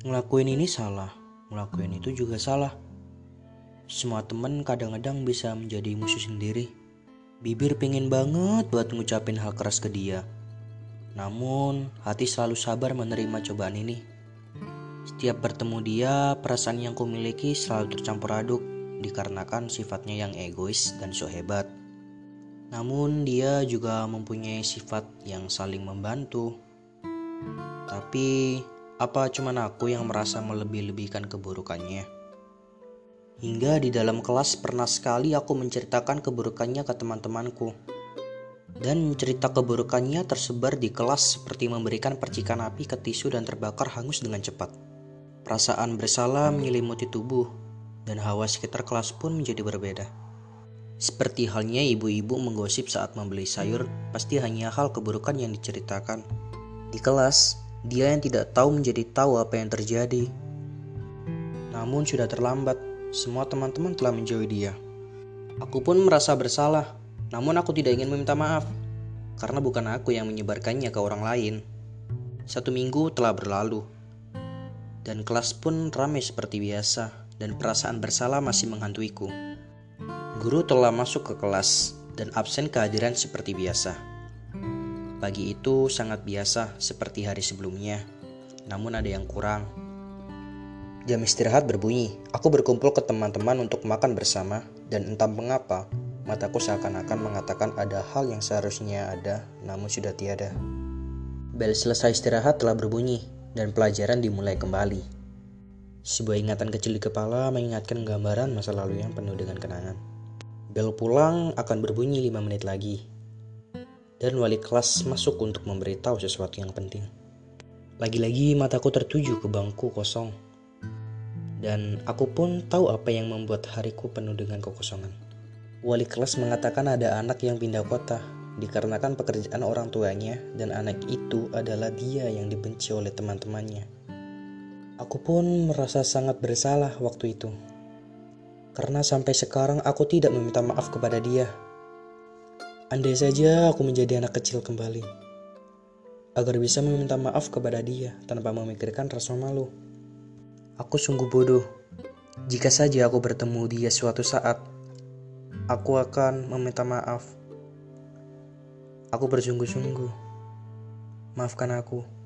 Ngelakuin ini salah, ngelakuin itu juga salah. Semua temen kadang-kadang bisa menjadi musuh sendiri. Bibir pengen banget buat ngucapin hal keras ke dia. Namun, hati selalu sabar menerima cobaan ini. Setiap bertemu dia, perasaan yang kumiliki selalu tercampur aduk dikarenakan sifatnya yang egois dan so hebat. Namun, dia juga mempunyai sifat yang saling membantu. Tapi, apa cuman aku yang merasa melebih-lebihkan keburukannya? Hingga di dalam kelas pernah sekali aku menceritakan keburukannya ke teman-temanku. Dan cerita keburukannya tersebar di kelas seperti memberikan percikan api ke tisu dan terbakar hangus dengan cepat. Perasaan bersalah menyelimuti tubuh, dan hawa sekitar kelas pun menjadi berbeda. Seperti halnya ibu-ibu menggosip saat membeli sayur, pasti hanya hal keburukan yang diceritakan. Di kelas, dia yang tidak tahu menjadi tahu apa yang terjadi. Namun sudah terlambat, semua teman-teman telah menjauhi dia. Aku pun merasa bersalah, namun aku tidak ingin meminta maaf, karena bukan aku yang menyebarkannya ke orang lain. 1 minggu telah berlalu, dan kelas pun ramai seperti biasa, dan perasaan bersalah masih menghantuiku. Guru telah masuk ke kelas, dan absen kehadiran seperti biasa. Pagi itu sangat biasa seperti hari sebelumnya, namun ada yang kurang. Jam istirahat berbunyi, aku berkumpul ke teman-teman untuk makan bersama, dan entah mengapa, mataku seakan-akan mengatakan ada hal yang seharusnya ada, namun sudah tiada. Bel selesai istirahat telah berbunyi, dan pelajaran dimulai kembali. Sebuah ingatan kecil di kepala mengingatkan gambaran masa lalu yang penuh dengan kenangan. Bel pulang akan berbunyi 5 menit lagi, dan wali kelas masuk untuk memberitahu sesuatu yang penting. Lagi-lagi mataku tertuju ke bangku kosong, dan aku pun tahu apa yang membuat hariku penuh dengan kekosongan. Wali kelas mengatakan ada anak yang pindah kota dikarenakan pekerjaan orang tuanya, dan anak itu adalah dia yang dibenci oleh teman-temannya. Aku pun merasa sangat bersalah waktu itu, karena sampai sekarang aku tidak meminta maaf kepada dia. Andai saja aku menjadi anak kecil kembali, agar bisa meminta maaf kepada dia tanpa memikirkan rasa malu. Aku sungguh bodoh. Jika saja aku bertemu dia suatu saat, aku akan meminta maaf. Aku bersungguh-sungguh. Maafkan aku.